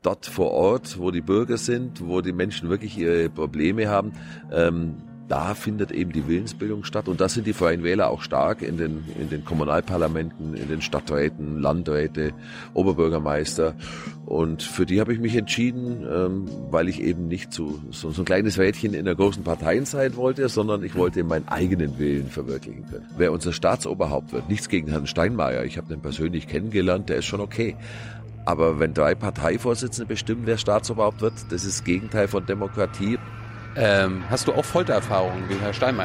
dort vor Ort, wo die Bürger sind, wo die Menschen wirklich ihre Probleme haben, da findet eben die Willensbildung statt. Und da sind die Freien Wähler auch stark in den Kommunalparlamenten, in den Stadträten, Landräte, Oberbürgermeister. Und für die habe ich mich entschieden, weil ich eben nicht so ein kleines Rädchen in einer großen Partei sein wollte, sondern ich wollte meinen eigenen Willen verwirklichen können. Wer unser Staatsoberhaupt wird, nichts gegen Herrn Steinmeier, ich habe den persönlich kennengelernt, der ist schon okay. Aber wenn 3 Parteivorsitzende bestimmen, wer Staatsoberhaupt wird, das ist das Gegenteil von Demokratie. Hast du auch Foltererfahrungen wie Herr Steinmeier?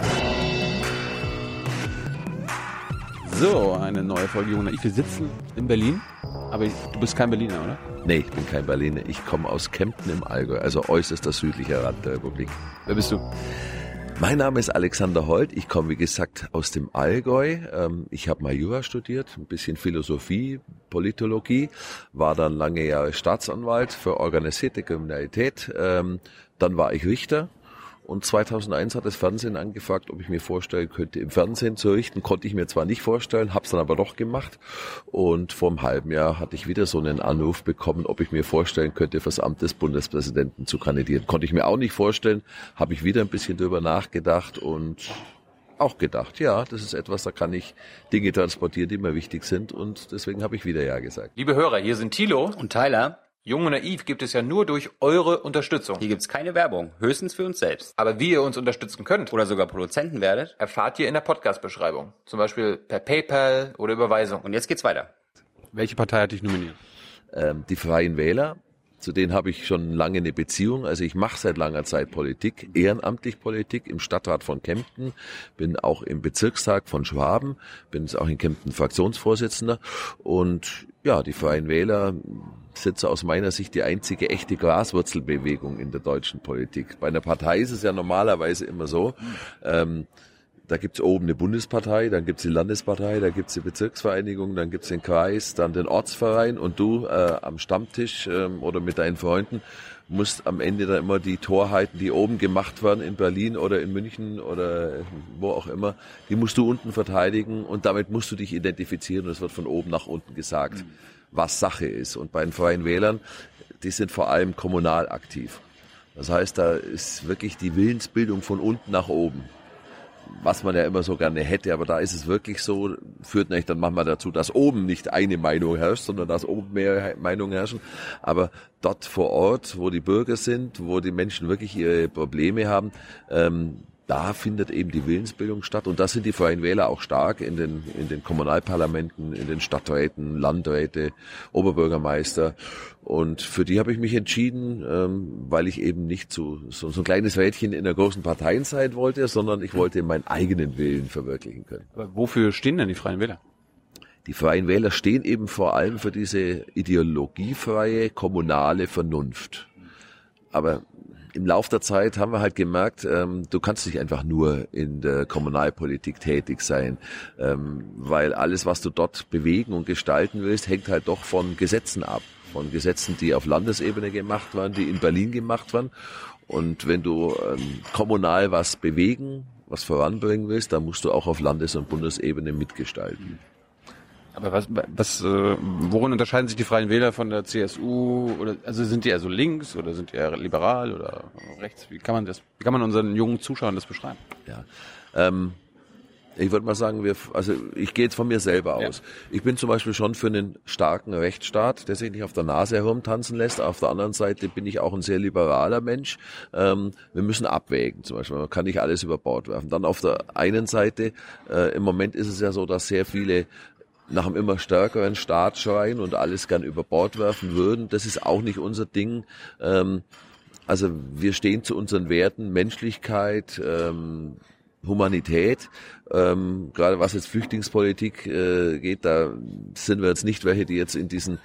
So, eine neue Folge Jung und Naiv. Wir sitzen in Berlin, aber du bist kein Berliner, oder? Nee, ich bin kein Berliner. Ich komme aus Kempten im Allgäu, also äußerster südlicher Rand der Republik. Wer bist du? Mein Name ist Alexander Holt. Ich komme, wie gesagt, aus dem Allgäu. Ich habe mal Jura studiert, ein bisschen Philosophie, Politologie, war dann lange Jahre Staatsanwalt für organisierte Kriminalität. Dann war ich Richter. Und 2001 hat das Fernsehen angefragt, ob ich mir vorstellen könnte, im Fernsehen zu richten. Konnte ich mir zwar nicht vorstellen, habe es dann aber doch gemacht. Und vor einem halben Jahr hatte ich wieder so einen Anruf bekommen, ob ich mir vorstellen könnte, fürs Amt des Bundespräsidenten zu kandidieren. Konnte ich mir auch nicht vorstellen, habe ich wieder ein bisschen drüber nachgedacht und auch gedacht, ja, das ist etwas, da kann ich Dinge transportieren, die mir wichtig sind. Und deswegen habe ich wieder Ja gesagt. Liebe Hörer, hier sind Thilo und Tyler. Jung und Naiv gibt es ja nur durch eure Unterstützung. Hier gibt's keine Werbung, höchstens für uns selbst. Aber wie ihr uns unterstützen könnt Oder sogar Produzenten werdet, erfahrt ihr in der Podcast-Beschreibung. Zum Beispiel per PayPal oder Überweisung. Und jetzt geht's weiter. Welche Partei hat dich nominiert? Die Freien Wähler. Zu denen habe ich schon lange eine Beziehung. Also ich mache seit langer Zeit Politik, ehrenamtlich Politik im Stadtrat von Kempten, bin auch im Bezirkstag von Schwaben, bin jetzt auch in Kempten Fraktionsvorsitzender. Und ja, die Freien Wähler sind so aus meiner Sicht die einzige echte Graswurzelbewegung in der deutschen Politik. Bei einer Partei ist es ja normalerweise immer so, da gibt's oben eine Bundespartei, dann gibt's die Landespartei, da gibt's die Bezirksvereinigung, dann gibt's den Kreis, dann den Ortsverein und du am Stammtisch oder mit deinen Freunden musst am Ende dann immer die Torheiten, die oben gemacht werden in Berlin oder in München oder wo auch immer, die musst du unten verteidigen und damit musst du dich identifizieren und es wird von oben nach unten gesagt, was Sache ist. Und bei den Freien Wählern, die sind vor allem kommunal aktiv. Das heißt, da ist wirklich die Willensbildung von unten nach oben. Was man ja immer so gerne hätte, aber da ist es wirklich so, führt nicht dann manchmal dazu, dass oben nicht eine Meinung herrscht, sondern dass oben mehr Meinungen herrschen. Aber dort vor Ort, wo die Bürger sind, wo die Menschen wirklich ihre Probleme haben, da findet eben die Willensbildung statt. Und da sind die Freien Wähler auch stark in den Kommunalparlamenten, in den Stadträten, Landräte, Oberbürgermeister. Und für die habe ich mich entschieden, weil ich eben nicht so ein kleines Rädchen in einer großen Partei sein wollte, sondern ich wollte meinen eigenen Willen verwirklichen können. Aber wofür stehen denn die Freien Wähler? Die Freien Wähler stehen eben vor allem für diese ideologiefreie kommunale Vernunft. Aber im Lauf der Zeit haben wir halt gemerkt, du kannst nicht einfach nur in der Kommunalpolitik tätig sein, weil alles, was du dort bewegen und gestalten willst, hängt halt doch von Gesetzen ab. Von Gesetzen, die auf Landesebene gemacht werden, die in Berlin gemacht werden. Und wenn du kommunal was bewegen, was voranbringen willst, dann musst du auch auf Landes- und Bundesebene mitgestalten. Aber worin unterscheiden sich die Freien Wähler von der CSU? Oder, also sind die eher so links oder sind die eher liberal oder rechts? Wie kann man unseren jungen Zuschauern das beschreiben? Ja, ich würde mal sagen, ich gehe jetzt von mir selber aus. Ja. Ich bin zum Beispiel schon für einen starken Rechtsstaat, der sich nicht auf der Nase herumtanzen lässt. Auf der anderen Seite bin ich auch ein sehr liberaler Mensch. Wir müssen abwägen, zum Beispiel. Man kann nicht alles über Bord werfen. Dann auf der einen Seite, im Moment ist es ja so, dass sehr viele nach einem immer stärkeren Staat schreien und alles gern über Bord werfen würden. Das ist auch nicht unser Ding. Also wir stehen zu unseren Werten, Menschlichkeit, Humanität, gerade was jetzt Flüchtlingspolitik geht, da sind wir jetzt nicht welche, die jetzt in diesen,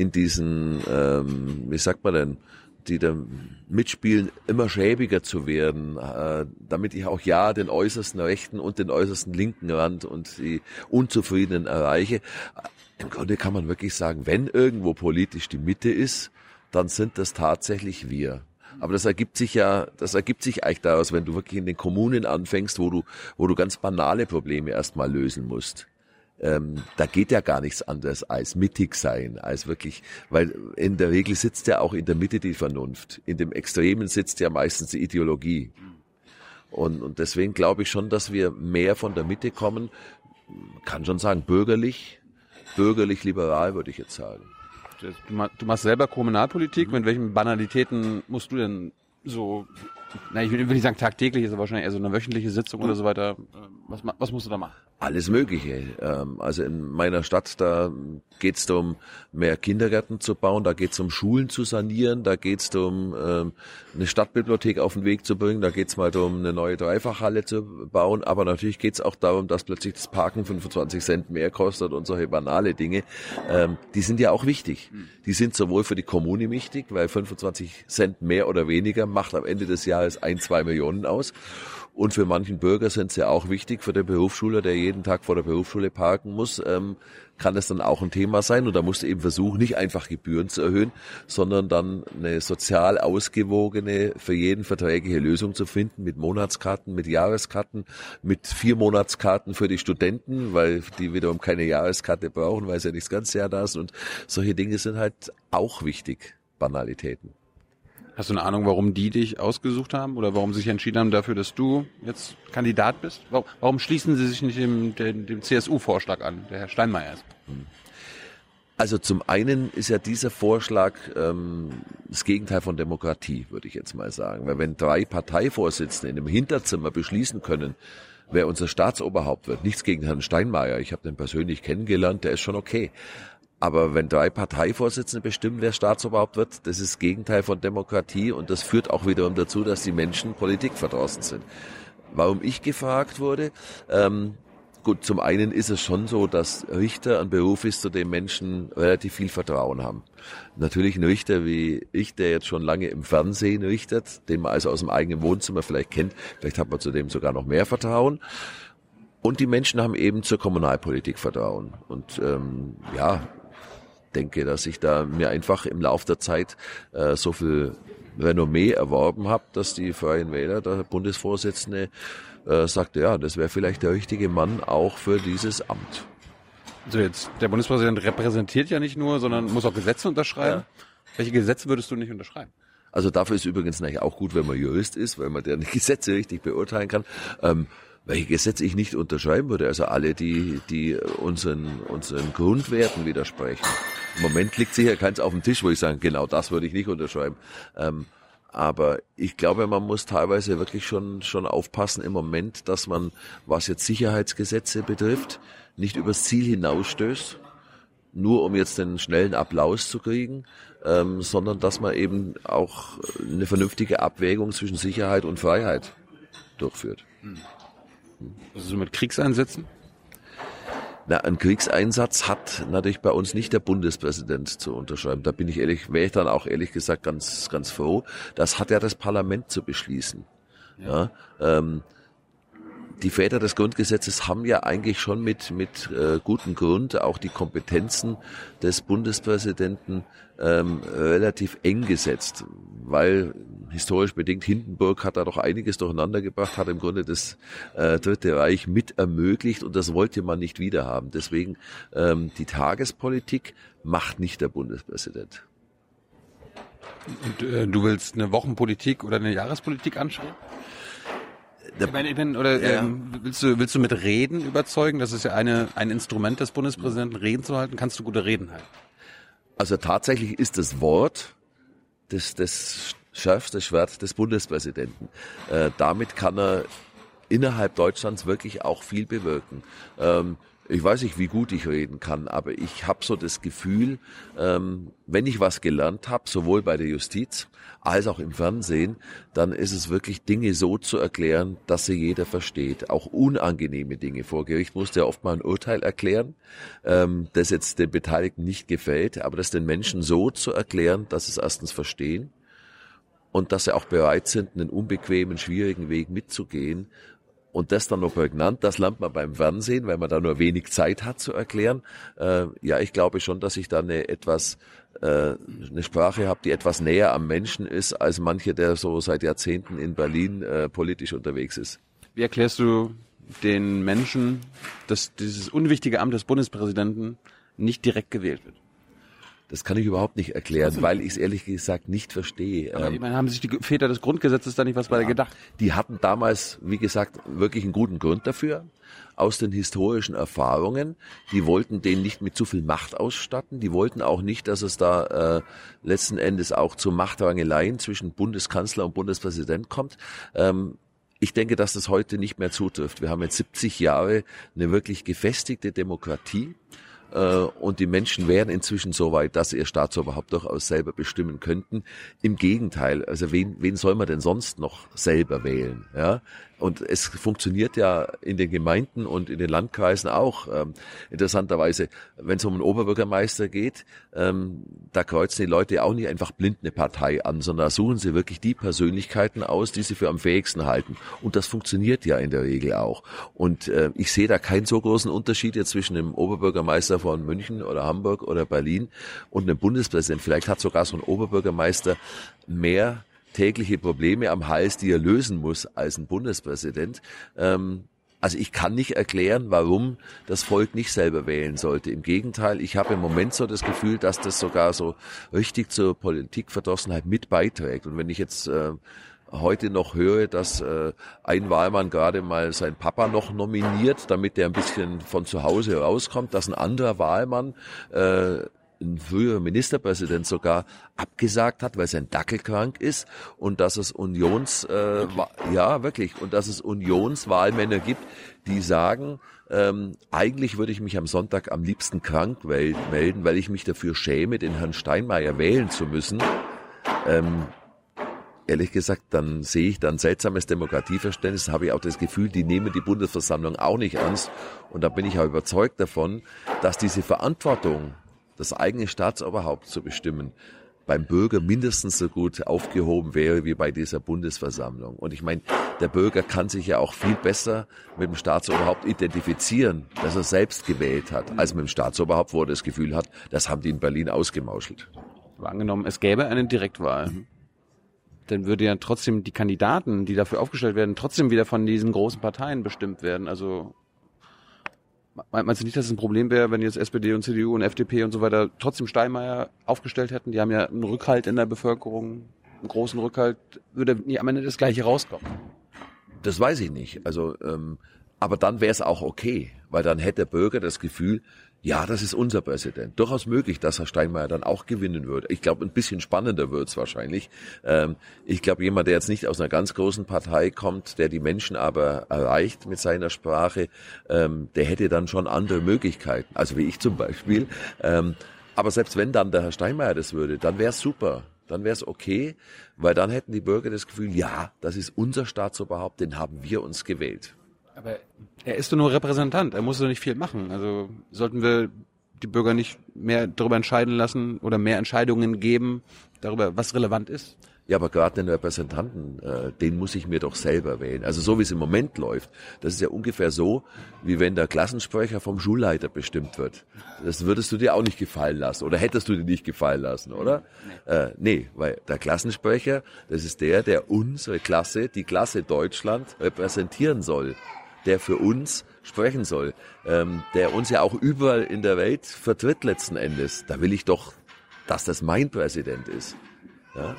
wie sagt man denn, die da mitspielen, immer schäbiger zu werden, damit ich auch den äußersten rechten und den äußersten linken Rand und die Unzufriedenen erreiche. Im Grunde kann man wirklich sagen, wenn irgendwo politisch die Mitte ist, dann sind das tatsächlich wir. Aber das ergibt sich eigentlich daraus, wenn du wirklich in den Kommunen anfängst, wo du ganz banale Probleme erstmal lösen musst. Da geht ja gar nichts anderes als mittig sein, als wirklich, weil in der Regel sitzt ja auch in der Mitte die Vernunft. In dem Extremen sitzt ja meistens die Ideologie. Und deswegen glaube ich schon, dass wir mehr von der Mitte kommen, kann schon sagen, bürgerlich-liberal würde ich jetzt sagen. Du machst selber Kommunalpolitik, mit welchen Banalitäten musst du denn so, ich will nicht sagen tagtäglich, ist aber wahrscheinlich eher so eine wöchentliche Sitzung oder so weiter. Was musst du da machen? Alles Mögliche. Also in meiner Stadt, da geht es darum, mehr Kindergärten zu bauen, da geht es um Schulen zu sanieren, da geht es darum, eine Stadtbibliothek auf den Weg zu bringen, da geht es mal darum, eine neue Dreifachhalle zu bauen, aber natürlich geht es auch darum, dass plötzlich das Parken 25 Cent mehr kostet und solche banale Dinge. Die sind ja auch wichtig. Die sind sowohl für die Kommune wichtig, weil 25 Cent mehr oder weniger macht am Ende des Jahres 1-2 Millionen aus. Und für manchen Bürger sind sie ja auch wichtig. Für den Berufsschüler, der jeden Tag vor der Berufsschule parken muss, kann das dann auch ein Thema sein. Und da musst du eben versuchen, nicht einfach Gebühren zu erhöhen, sondern dann eine sozial ausgewogene, für jeden verträgliche Lösung zu finden mit Monatskarten, mit Jahreskarten, mit 4 Monatskarten für die Studenten, weil die wiederum keine Jahreskarte brauchen, weil sie ja nicht das ganze Jahr da sind. Und solche Dinge sind halt auch wichtig, Banalitäten. Hast du eine Ahnung, warum die dich ausgesucht haben oder warum sie sich entschieden haben dafür, dass du jetzt Kandidat bist? Warum schließen sie sich nicht dem CSU-Vorschlag an, der Herr Steinmeier ist? Also zum einen ist ja dieser Vorschlag das Gegenteil von Demokratie, würde ich jetzt mal sagen. Weil wenn 3 Parteivorsitzende in einem Hinterzimmer beschließen können, wer unser Staatsoberhaupt wird, nichts gegen Herrn Steinmeier, ich habe den persönlich kennengelernt, der ist schon okay. Aber wenn 3 Parteivorsitzende bestimmen, wer Staatsoberhaupt wird, das ist das Gegenteil von Demokratie und das führt auch wiederum dazu, dass die Menschen politikverdrossen sind. Warum ich gefragt wurde? Gut, zum einen ist es schon so, dass Richter ein Beruf ist, zu dem Menschen relativ viel Vertrauen haben. Natürlich ein Richter wie ich, der jetzt schon lange im Fernsehen richtet, den man also aus dem eigenen Wohnzimmer vielleicht kennt, vielleicht hat man zu dem sogar noch mehr Vertrauen. Und die Menschen haben eben zur Kommunalpolitik Vertrauen. Und denke, dass ich da mir einfach im Lauf der Zeit so viel Renommee erworben habe, dass die Freien Wähler, der Bundesvorsitzende, sagte, ja, das wäre vielleicht der richtige Mann auch für dieses Amt. Also jetzt, der Bundespräsident repräsentiert ja nicht nur, sondern muss auch Gesetze unterschreiben. Ja. Welche Gesetze würdest du nicht unterschreiben? Also dafür ist übrigens natürlich auch gut, wenn man Jurist ist, weil man die Gesetze richtig beurteilen kann. Welche Gesetze ich nicht unterschreiben würde, also alle, die unseren Grundwerten widersprechen. Im Moment liegt sicher keins auf dem Tisch, wo ich sage, genau das würde ich nicht unterschreiben. Aber ich glaube, man muss teilweise wirklich schon aufpassen im Moment, dass man, was jetzt Sicherheitsgesetze betrifft, nicht übers Ziel hinausstößt, nur um jetzt den schnellen Applaus zu kriegen, sondern dass man eben auch eine vernünftige Abwägung zwischen Sicherheit und Freiheit durchführt. Was ist so mit Kriegseinsätzen? Na, ein Kriegseinsatz hat natürlich bei uns nicht der Bundespräsident zu unterschreiben. Da wäre ich dann auch ehrlich gesagt ganz, ganz froh. Das hat ja das Parlament zu beschließen. Ja, die Väter des Grundgesetzes haben ja eigentlich schon mit gutem Grund auch die Kompetenzen des Bundespräsidenten relativ eng gesetzt, weil historisch bedingt Hindenburg hat da doch einiges durcheinander gebracht, hat im Grunde das Dritte Reich mit ermöglicht und das wollte man nicht wiederhaben. Deswegen die Tagespolitik macht nicht der Bundespräsident. Und du willst eine Wochenpolitik oder eine Jahrespolitik anschauen? Willst du mit Reden überzeugen? Das ist ja ein Instrument des Bundespräsidenten, Reden zu halten. Kannst du gute Reden halten? Also tatsächlich ist das Wort das schärfste Schwert des Bundespräsidenten. Damit kann er innerhalb Deutschlands wirklich auch viel bewirken. Ich weiß nicht, wie gut ich reden kann, aber ich habe so das Gefühl, wenn ich was gelernt habe, sowohl bei der Justiz als auch im Fernsehen, dann ist es wirklich Dinge so zu erklären, dass sie jeder versteht. Auch unangenehme Dinge. Vor Gericht musste ja oft mal ein Urteil erklären, das jetzt den Beteiligten nicht gefällt, aber das den Menschen so zu erklären, dass sie es erstens verstehen und dass sie auch bereit sind, einen unbequemen, schwierigen Weg mitzugehen. Und das dann noch prägnant, das lernt man beim Fernsehen, weil man da nur wenig Zeit hat zu erklären. Ich glaube schon, dass ich da eine Sprache habe, die etwas näher am Menschen ist, als manche, der so seit Jahrzehnten in Berlin politisch unterwegs ist. Wie erklärst du den Menschen, dass dieses unwichtige Amt des Bundespräsidenten nicht direkt gewählt wird? Das kann ich überhaupt nicht erklären, weil ich es ehrlich gesagt nicht verstehe. Ich meine, haben sich die Väter des Grundgesetzes da nicht was bei gedacht? Die hatten damals, wie gesagt, wirklich einen guten Grund dafür. Aus den historischen Erfahrungen. Die wollten den nicht mit zu viel Macht ausstatten. Die wollten auch nicht, dass es da letzten Endes auch zu Machtrangeleien zwischen Bundeskanzler und Bundespräsident kommt. Ich denke, dass das heute nicht mehr zutrifft. Wir haben jetzt 70 Jahre eine wirklich gefestigte Demokratie. Und die Menschen wären inzwischen so weit, dass sie ihr Staatsoberhaupt durchaus selber bestimmen könnten. Im Gegenteil, also wen soll man denn sonst noch selber wählen? Ja? Und es funktioniert ja in den Gemeinden und in den Landkreisen auch. Interessanterweise, wenn es um einen Oberbürgermeister geht, da kreuzen die Leute auch nicht einfach blind eine Partei an, sondern da suchen sie wirklich die Persönlichkeiten aus, die sie für am fähigsten halten. Und das funktioniert ja in der Regel auch. Und ich sehe da keinen so großen Unterschied jetzt zwischen dem Oberbürgermeister von München oder Hamburg oder Berlin und einem Bundespräsidenten. Vielleicht hat sogar so ein Oberbürgermeister mehr tägliche Probleme am Hals, die er lösen muss als ein Bundespräsident. Also ich kann nicht erklären, warum das Volk nicht selber wählen sollte. Im Gegenteil, ich habe im Moment so das Gefühl, dass das sogar so richtig zur Politikverdrossenheit mit beiträgt. Und wenn ich jetzt heute noch höre, dass ein Wahlmann gerade mal seinen Papa noch nominiert, damit der ein bisschen von zu Hause rauskommt, dass ein anderer Wahlmann ein früherer Ministerpräsident sogar abgesagt hat, weil sein Dackel krank ist und dass es und dass es Unionswahlmänner gibt, die sagen, eigentlich würde ich mich am Sonntag am liebsten krank melden, weil ich mich dafür schäme, den Herrn Steinmeier wählen zu müssen. Ehrlich gesagt, dann sehe ich da ein seltsames Demokratieverständnis, habe ich auch das Gefühl, die nehmen die Bundesversammlung auch nicht ernst. Und da bin ich auch überzeugt davon, dass diese Verantwortung, das eigene Staatsoberhaupt zu bestimmen, beim Bürger mindestens so gut aufgehoben wäre wie bei dieser Bundesversammlung. Und ich meine, der Bürger kann sich ja auch viel besser mit dem Staatsoberhaupt identifizieren, dass er selbst gewählt hat, als mit dem Staatsoberhaupt, wo er das Gefühl hat, das haben die in Berlin ausgemauschelt. Aber angenommen, es gäbe eine Direktwahl. Dann würde ja trotzdem die Kandidaten, die dafür aufgestellt werden, trotzdem wieder von diesen großen Parteien bestimmt werden. Also meinst du nicht, dass es ein Problem wäre, wenn jetzt SPD und CDU und FDP und so weiter trotzdem Steinmeier aufgestellt hätten? Die haben ja einen Rückhalt in der Bevölkerung, einen großen Rückhalt. Würde nie am Ende das Gleiche rauskommen? Das weiß ich nicht. Also, aber dann wäre es auch okay, weil dann hätte der Bürger das Gefühl, ja, das ist unser Präsident. Durchaus möglich, dass Herr Steinmeier dann auch gewinnen würde. Ich glaube, ein bisschen spannender wird's wahrscheinlich. Ich glaube, jemand, der jetzt nicht aus einer ganz großen Partei kommt, der die Menschen aber erreicht mit seiner Sprache, der hätte dann schon andere Möglichkeiten. Also wie ich zum Beispiel. Aber selbst wenn dann der Herr Steinmeier das würde, dann wäre es super. Dann wäre es okay, weil dann hätten die Bürger das Gefühl, ja, das ist unser Staatsoberhaupt, den haben wir uns gewählt. Aber er ist doch nur Repräsentant, er muss doch nicht viel machen. Also sollten wir die Bürger nicht mehr darüber entscheiden lassen oder mehr Entscheidungen geben darüber, was relevant ist? Ja, aber gerade den Repräsentanten, den muss ich mir doch selber wählen. Also so wie es im Moment läuft, das ist ja ungefähr so, wie wenn der Klassensprecher vom Schulleiter bestimmt wird. Das würdest du dir auch nicht gefallen lassen oder hättest du dir nicht gefallen lassen, oder? Nee, weil der Klassensprecher, das ist der unsere Klasse, die Klasse Deutschland repräsentieren soll, der für uns sprechen soll, der uns ja auch überall in der Welt vertritt letzten Endes. Da will ich doch, dass das mein Präsident ist. Ja?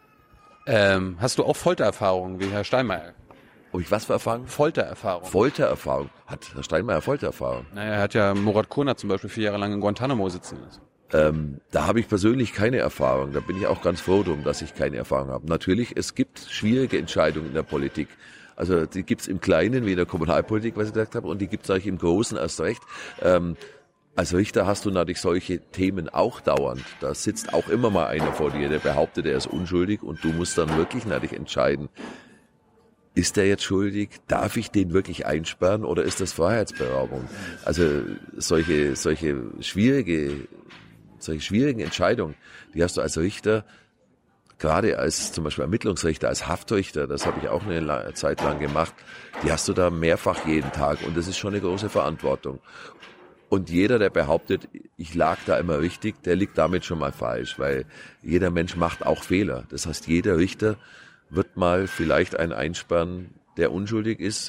Hast du auch Foltererfahrungen wie Herr Steinmeier? Ob ich was für Erfahrung? Foltererfahrung. Foltererfahrung. Hat Herr Steinmeier Foltererfahrung? Naja, er hat ja Murat Konat zum Beispiel 4 Jahre lang in Guantanamo sitzen lassen. Da habe ich persönlich keine Erfahrung. Da bin ich auch ganz froh drum, dass ich keine Erfahrung habe. Natürlich, es gibt schwierige Entscheidungen in der Politik. Also die gibt's im Kleinen, wie in der Kommunalpolitik, was ich gesagt habe, und die gibt's euch im Großen erst recht. Als Richter hast du natürlich solche Themen auch dauernd. Da sitzt auch immer mal einer vor dir, der behauptet, er ist unschuldig und du musst dann wirklich natürlich entscheiden, ist der jetzt schuldig? Darf ich den wirklich einsperren oder ist das Freiheitsberaubung? Also solche schwierigen Entscheidungen, die hast du als Richter, gerade als zum Beispiel Ermittlungsrichter, als Haftrichter, das habe ich auch eine Zeit lang gemacht, die hast du da mehrfach jeden Tag und das ist schon eine große Verantwortung. Und jeder, der behauptet, ich lag da immer richtig, der liegt damit schon mal falsch, weil jeder Mensch macht auch Fehler. Das heißt, jeder Richter wird mal vielleicht einen einsperren, der unschuldig ist,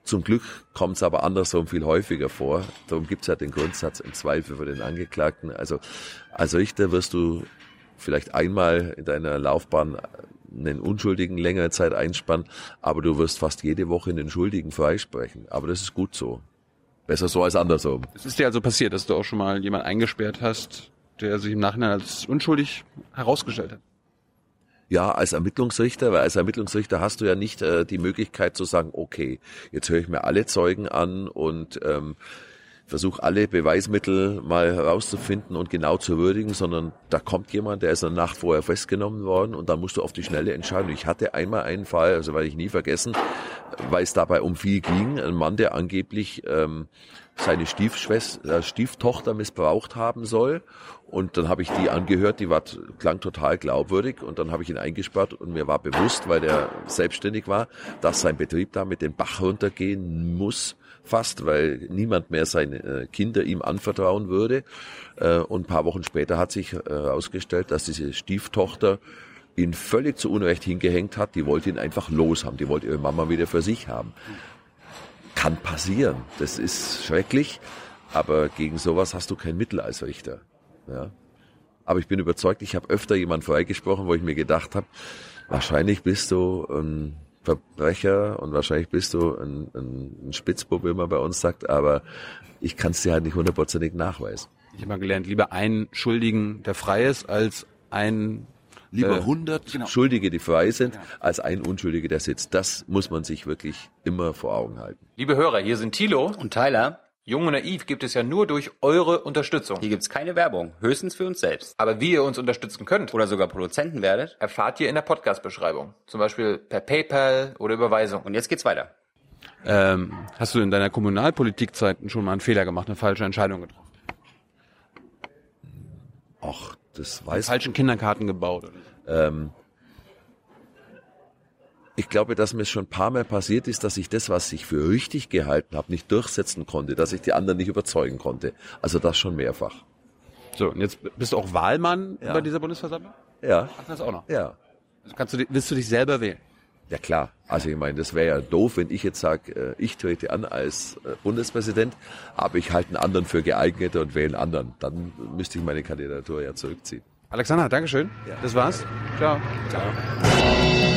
Zum Glück kommt es aber andersrum viel häufiger vor. Darum gibt es ja den Grundsatz im Zweifel für den Angeklagten. Also als Richter wirst du vielleicht einmal in deiner Laufbahn einen Unschuldigen längere Zeit einspannen, aber du wirst fast jede Woche einen Schuldigen freisprechen. Aber das ist gut so. Besser so als andersrum. Es ist dir also passiert, dass du auch schon mal jemanden eingesperrt hast, der sich im Nachhinein als unschuldig herausgestellt hat? Ja, als Ermittlungsrichter, weil als Ermittlungsrichter hast du ja nicht die Möglichkeit zu sagen, okay, jetzt höre ich mir alle Zeugen an und versuche alle Beweismittel mal herauszufinden und genau zu würdigen, sondern da kommt jemand, der ist eine Nacht vorher festgenommen worden und dann musst du auf die schnelle entscheiden. Ich hatte einmal einen Fall, also werde ich nie vergessen, weil es dabei um viel ging, ein Mann, der angeblich seine Stieftochter missbraucht haben soll. Und dann habe ich die angehört, klang total glaubwürdig und dann habe ich ihn eingesperrt und mir war bewusst, weil der selbstständig war, dass sein Betrieb da mit den Bach runtergehen muss, fast, weil niemand mehr seine Kinder ihm anvertrauen würde. Und ein paar Wochen später hat sich herausgestellt, dass diese Stieftochter ihn völlig zu Unrecht hingehängt hat. Die wollte ihn einfach loshaben, die wollte ihre Mama wieder für sich haben. Kann passieren, das ist schrecklich, aber gegen sowas hast du kein Mittel als Richter. Ja. Aber ich bin überzeugt, ich habe öfter jemanden freigesprochen, wo ich mir gedacht habe, wahrscheinlich bist du ein Verbrecher und wahrscheinlich bist du ein Spitzbub, wie man bei uns sagt, aber ich kann es dir halt nicht hundertprozentig nachweisen. Ich habe mal gelernt, lieber einen Schuldigen, der frei ist, als Lieber 100 Schuldige, die frei sind, als ein Unschuldiger, der sitzt. Das muss man sich wirklich immer vor Augen halten. Liebe Hörer, hier sind Thilo Und Tyler, Jung und Naiv gibt es ja nur durch eure Unterstützung. hier gibt's keine Werbung, höchstens für uns selbst. Aber wie ihr uns unterstützen könnt, Oder sogar Produzenten werdet. erfahrt ihr in der Podcast-Beschreibung. Zum Beispiel per PayPal oder Überweisung. Und jetzt geht's weiter. Hast du in deiner Kommunalpolitikzeit schon mal einen Fehler gemacht, eine falsche Entscheidung getroffen? Ach, das weiß Falschen Kinderkarten gebaut? Oder so? Ich glaube, dass mir es schon ein paar Mal passiert ist, dass ich das, was ich für richtig gehalten habe, nicht durchsetzen konnte, dass ich die anderen nicht überzeugen konnte. Also das schon mehrfach. So, und jetzt bist du auch Wahlmann bei dieser Bundesversammlung? Ja, Ach, das auch noch. ja. Also willst du dich selber wählen? Ja klar, also ich meine, das wäre ja doof, wenn ich jetzt sage, ich trete an als Bundespräsident, aber ich halte einen anderen für geeigneter und wähle einen anderen. Dann müsste ich meine Kandidatur ja zurückziehen. Alexander, Dankeschön. Ja. Das war's. Ciao. Ciao.